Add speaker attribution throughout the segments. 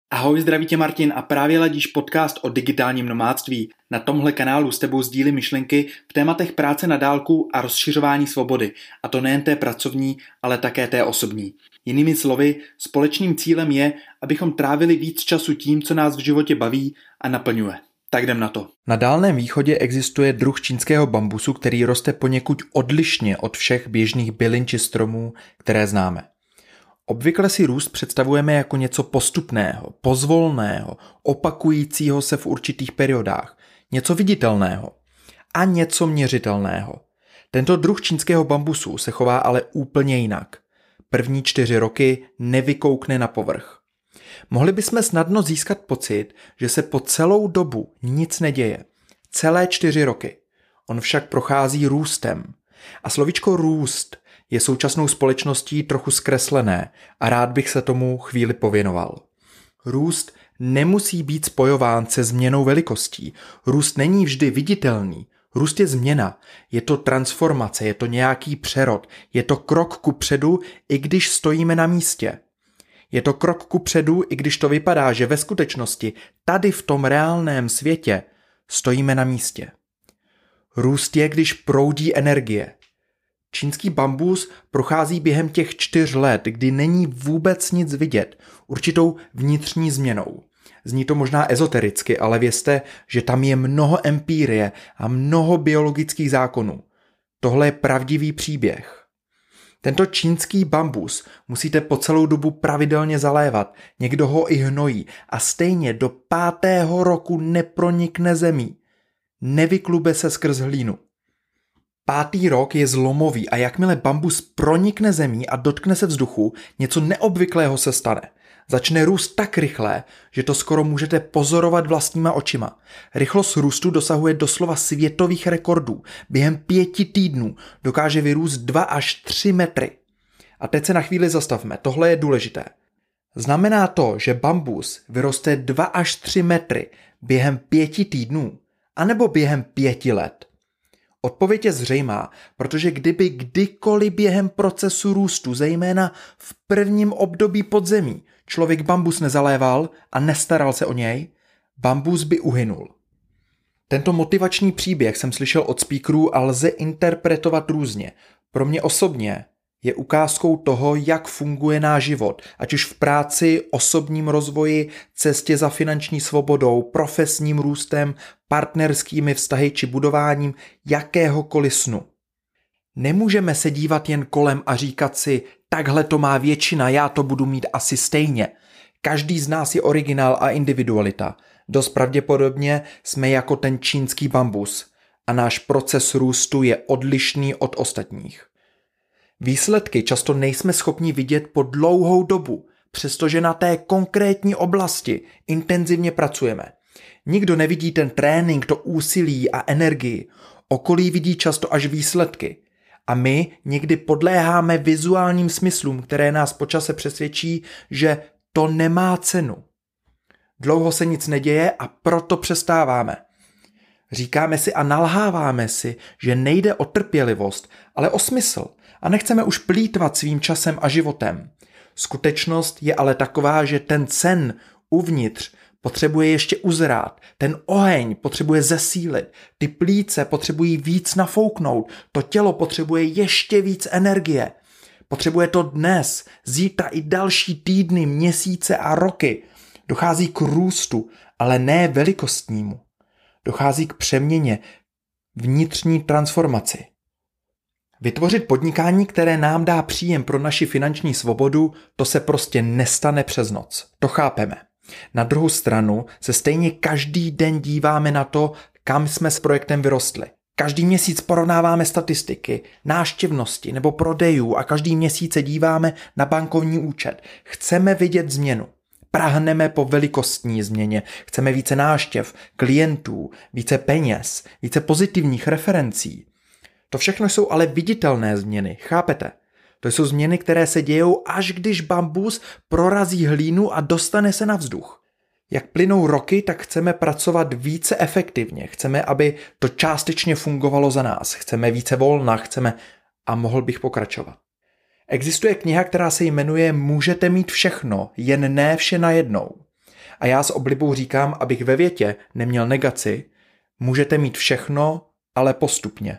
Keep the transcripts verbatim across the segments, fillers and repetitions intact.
Speaker 1: Ahoj, zdraví tě Martin a právě ladíš podcast o digitálním nomádství. Na tomhle kanálu s tebou sdílím myšlenky v tématech práce na dálku a rozšiřování svobody. A to nejen té pracovní, ale také té osobní. Jinými slovy, společným cílem je, abychom trávili víc času tím, co nás v životě baví a naplňuje. Tak jdem na to. Na Dálném východě existuje druh čínského bambusu, který roste poněkud odlišně od všech běžných bylin či stromů, které známe. Obvykle si růst představujeme jako něco postupného, pozvolného, opakujícího se v určitých periodách, něco viditelného a něco měřitelného. Tento druh čínského bambusu se chová ale úplně jinak. První čtyři roky nevykoukne na povrch. Mohli bychom snadno získat pocit, že se po celou dobu nic neděje. Celé čtyři roky. On však prochází růstem. A slovíčko růst je současnou společností trochu zkreslené a rád bych se tomu chvíli pověnoval. Růst nemusí být spojován se změnou velikostí. Růst není vždy viditelný. Růst je změna, je to transformace, je to nějaký přerod, je to krok kupředu, i když stojíme na místě. Je to krok kupředu, i když to vypadá, že ve skutečnosti tady v tom reálném světě stojíme na místě. Růst je, když proudí energie. Čínský bambus prochází během těch čtyř let, kdy není vůbec nic vidět, určitou vnitřní změnou. Zní to možná ezotericky, ale vězte, že tam je mnoho empírie a mnoho biologických zákonů. Tohle je pravdivý příběh. Tento čínský bambus musíte po celou dobu pravidelně zalévat, někdo ho i hnojí a stejně do pátého roku nepronikne zemí. Nevyklube se skrz hlínu. Pátý rok je zlomový a jakmile bambus pronikne zemí a dotkne se vzduchu, něco neobvyklého se stane. Začne růst tak rychle, že to skoro můžete pozorovat vlastníma očima. Rychlost růstu dosahuje doslova světových rekordů. Během pěti týdnů dokáže vyrůst dva až tři metry. A teď se na chvíli zastavme, tohle je důležité. Znamená to, že bambus vyroste dva až tři metry během pěti týdnů, anebo během pěti let? Odpověď je zřejmá, protože kdyby kdykoliv během procesu růstu, zejména v prvním období podzemí, člověk bambus nezaléval a nestaral se o něj, bambus by uhynul. Tento motivační příběh jsem slyšel od speakerů a lze interpretovat různě. Pro mě osobně je ukázkou toho, jak funguje náš život, ať už v práci, osobním rozvoji, cestě za finanční svobodou, profesním růstem, partnerskými vztahy či budováním jakéhokoliv snu. Nemůžeme se dívat jen kolem a říkat si, takhle to má většina, já to budu mít asi stejně. Každý z nás je originál a individualita. Dost pravděpodobně jsme jako ten čínský bambus a náš proces růstu je odlišný od ostatních. Výsledky často nejsme schopni vidět po dlouhou dobu, přestože na té konkrétní oblasti intenzivně pracujeme. Nikdo nevidí ten trénink, to úsilí a energii. Okolí vidí často až výsledky. A my někdy podléháme vizuálním smyslům, které nás po čase přesvědčí, že to nemá cenu. Dlouho se nic neděje a proto přestáváme. Říkáme si a nalháváme si, že nejde o trpělivost, ale o smysl. A nechceme už plýtvat svým časem a životem. Skutečnost je ale taková, že ten sen uvnitř potřebuje ještě uzrát, ten oheň potřebuje zesílit, ty plíce potřebují víc nafouknout, to tělo potřebuje ještě víc energie. Potřebuje to dnes, zítra i další týdny, měsíce a roky. Dochází k růstu, ale ne velikostnímu. Dochází k přeměně, vnitřní transformaci. Vytvořit podnikání, které nám dá příjem pro naši finanční svobodu, to se prostě nestane přes noc. To chápeme. Na druhou stranu se stejně každý den díváme na to, kam jsme s projektem vyrostli. Každý měsíc porovnáváme statistiky, návštěvnosti nebo prodejů a každý měsíc se díváme na bankovní účet. Chceme vidět změnu. Prahneme po velikostní změně. Chceme více návštěv, klientů, více peněz, více pozitivních referencí. To všechno jsou ale viditelné změny, chápete? To jsou změny, které se dějou, až když bambus prorazí hlínu a dostane se na vzduch. Jak plynou roky, tak chceme pracovat více efektivně. Chceme, aby to částečně fungovalo za nás. Chceme více volna, chceme a mohl bych pokračovat. Existuje kniha, která se jmenuje Můžete mít všechno, jen ne vše najednou. A já s oblibou říkám, abych ve větě neměl negaci, můžete mít všechno, ale postupně.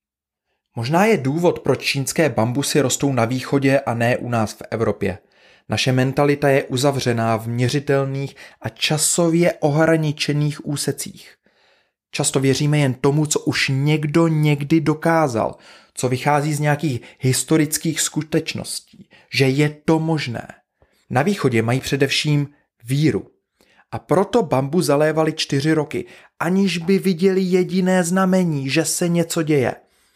Speaker 1: Možná je důvod, proč čínské bambusy rostou na východě a ne u nás v Evropě. Naše mentalita je uzavřená v měřitelných a časově ohraničených úsecích. Často věříme jen tomu, co už někdo někdy dokázal, co vychází z nějakých historických skutečností, že je to možné. Na východě mají především víru. A proto bambu zalévali čtyři roky, aniž by viděli jediné znamení, že se něco děje.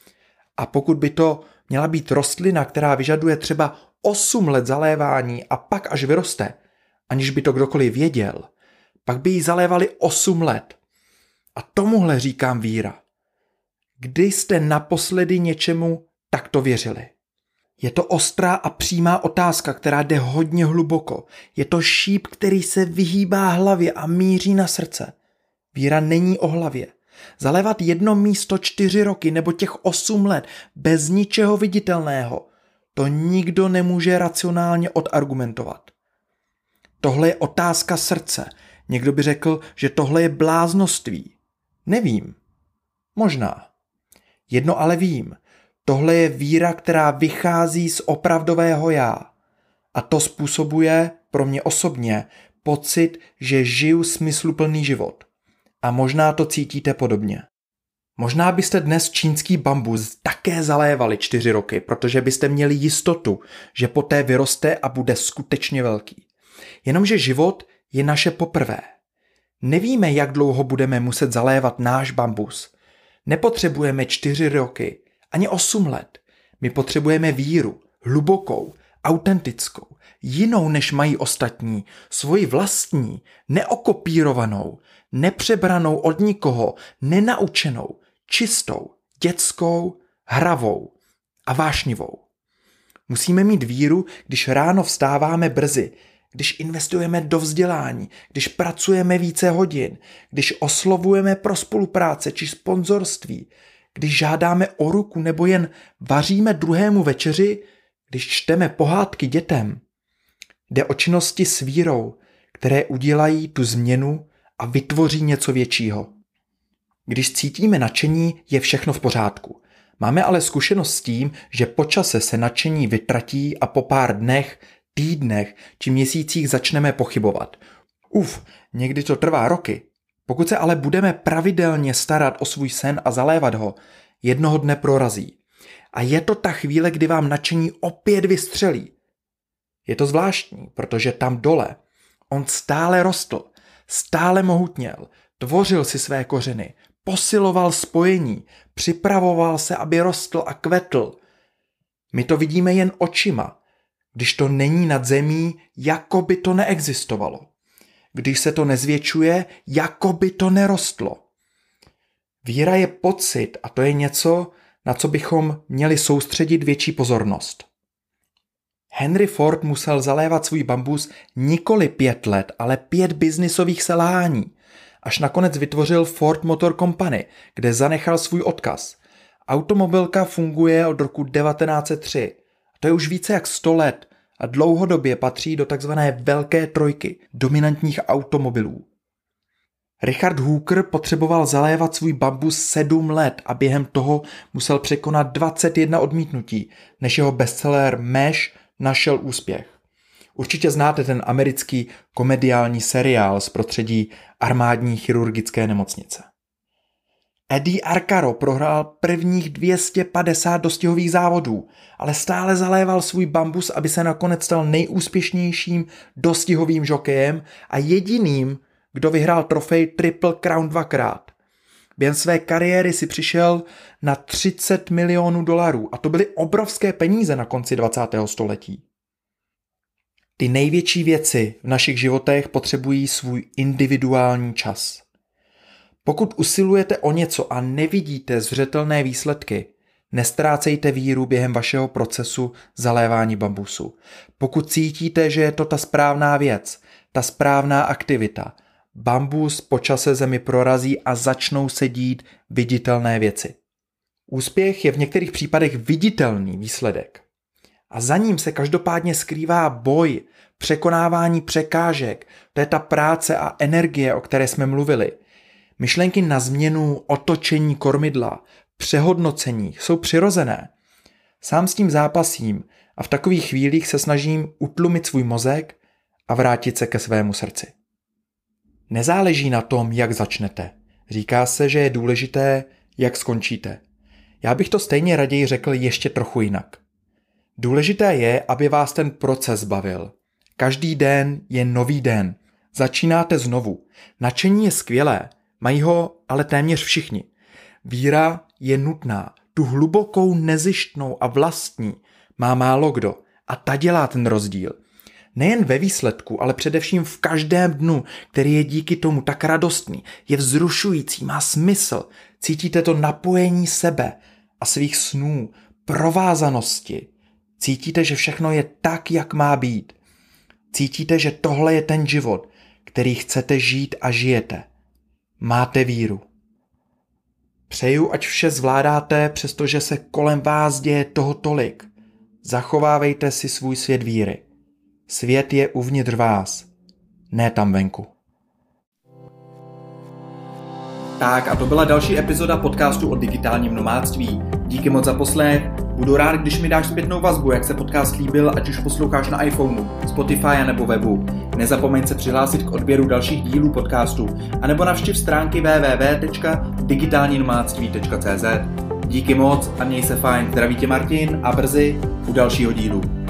Speaker 1: A pokud by to měla být rostlina, která vyžaduje třeba osm let zalévání a pak až vyroste, aniž by to kdokoliv věděl, pak by ji zalévali osm let. A tomuhle říkám víra. Kdy jste naposledy něčemu takto věřili? Je to ostrá a přímá otázka, která jde hodně hluboko. Je to šíp, který se vyhýbá hlavě a míří na srdce. Víra není o hlavě. Zalévat jedno místo čtyři roky nebo těch osm let bez ničeho viditelného, to nikdo nemůže racionálně odargumentovat. Tohle je otázka srdce. Někdo by řekl, že tohle je bláznoství. Nevím. Možná. Jedno ale vím. Tohle je víra, která vychází z opravdového já. A to způsobuje pro mě osobně pocit, že žiju smysluplný život. A možná to cítíte podobně. Možná byste dnes čínský bambus také zalévali čtyři roky, protože byste měli jistotu, že poté vyroste a bude skutečně velký. Jenomže život je naše poprvé. Nevíme, jak dlouho budeme muset zalévat náš bambus. Nepotřebujeme čtyři roky, ani osm let. My potřebujeme víru, hlubokou, autentickou, jinou než mají ostatní, svoji vlastní, neokopírovanou, nepřebranou od nikoho, nenaučenou, čistou, dětskou, hravou a vášnivou. Musíme mít víru, když ráno vstáváme brzy, když investujeme do vzdělání, když pracujeme více hodin, když oslovujeme pro spolupráce či sponzorství, když žádáme o ruku nebo jen vaříme druhému večeři, když čteme pohádky dětem. Jde o činnosti s vírou, které udělají tu změnu a vytvoří něco většího. Když cítíme nadšení, je všechno v pořádku. Máme ale zkušenost s tím, že po čase se nadšení vytratí a po pár dnech, týdnech či měsících začneme pochybovat. Uf, někdy to trvá roky. Pokud se ale budeme pravidelně starat o svůj sen a zalévat ho, jednoho dne prorazí. A je to ta chvíle, kdy vám nadšení opět vystřelí. Je to zvláštní, protože tam dole on stále rostl, stále mohutněl, tvořil si své kořeny, posiloval spojení, připravoval se, aby rostl a kvetl. My to vidíme jen očima, když to není nad zemí, jako by to neexistovalo. Když se to nezvětšuje, jako by to nerostlo. Víra je pocit a to je něco, na co bychom měli soustředit větší pozornost. Henry Ford musel zalévat svůj bambus nikoli pět let, ale pět biznisových selhání, až nakonec vytvořil Ford Motor Company, kde zanechal svůj odkaz. Automobilka funguje od roku devatenáct set tři. To je už více jak sto let a dlouhodobě patří do takzvané velké trojky dominantních automobilů. Richard Hooker potřeboval zalévat svůj bambus sedm let a během toho musel překonat dvacet jedna odmítnutí, než jeho bestseller Mesh našel úspěch. Určitě znáte ten americký komediální seriál z prostředí armádní chirurgické nemocnice. Eddie Arcaro prohrál prvních dvě stě padesát dostihových závodů, ale stále zaléval svůj bambus, aby se nakonec stal nejúspěšnějším dostihovým žokejem a jediným, kdo vyhrál trofej Triple Crown dvakrát. Během své kariéry si přišel na třicet milionů dolarů a to byly obrovské peníze na konci dvacátého století. Ty největší věci v našich životech potřebují svůj individuální čas. Pokud usilujete o něco a nevidíte zřetelné výsledky, nestrácejte víru během vašeho procesu zalévání bambusu. Pokud cítíte, že je to ta správná věc, ta správná aktivita, bambus po čase zemi prorazí a začnou se dít viditelné věci. Úspěch je v některých případech viditelný výsledek. A za ním se každopádně skrývá boj, překonávání překážek. To je ta práce a energie, o které jsme mluvili. Myšlenky na změnu, otočení kormidla, přehodnocení jsou přirozené. Sám s tím zápasím a v takových chvílích se snažím utlumit svůj mozek a vrátit se ke svému srdci. Nezáleží na tom, jak začnete. Říká se, že je důležité, jak skončíte. Já bych to stejně raději řekl ještě trochu jinak. Důležité je, aby vás ten proces bavil. Každý den je nový den. Začínáte znovu. Nadšení je skvělé, mají ho ale téměř všichni. Víra je nutná, tu hlubokou, nezištnou a vlastní má málo kdo a ta dělá ten rozdíl. Nejen ve výsledku, ale především v každém dnu, který je díky tomu tak radostný, je vzrušující, má smysl. Cítíte to napojení sebe a svých snů, provázanosti. Cítíte, že všechno je tak, jak má být. Cítíte, že tohle je ten život, který chcete žít a žijete. Máte víru. Přeju, ať vše zvládáte, přestože se kolem vás děje toho tolik. Zachovávejte si svůj svět víry. Svět je uvnitř vás, ne tam venku. Tak a to byla další epizoda podcastu o digitálním nomádství. Díky moc za poslech. Budu rád, když mi dáš zpětnou vazbu, jak se podcast líbil, ať už posloucháš na iPhoneu, Spotify nebo webu. Nezapomeň se přihlásit k odběru dalších dílů podcastu, anebo navštiv stránky w w w tečka digitální nomádství tečka c z. Díky moc a měj se fajn. Zdraví tě Martin a brzy u dalšího dílu.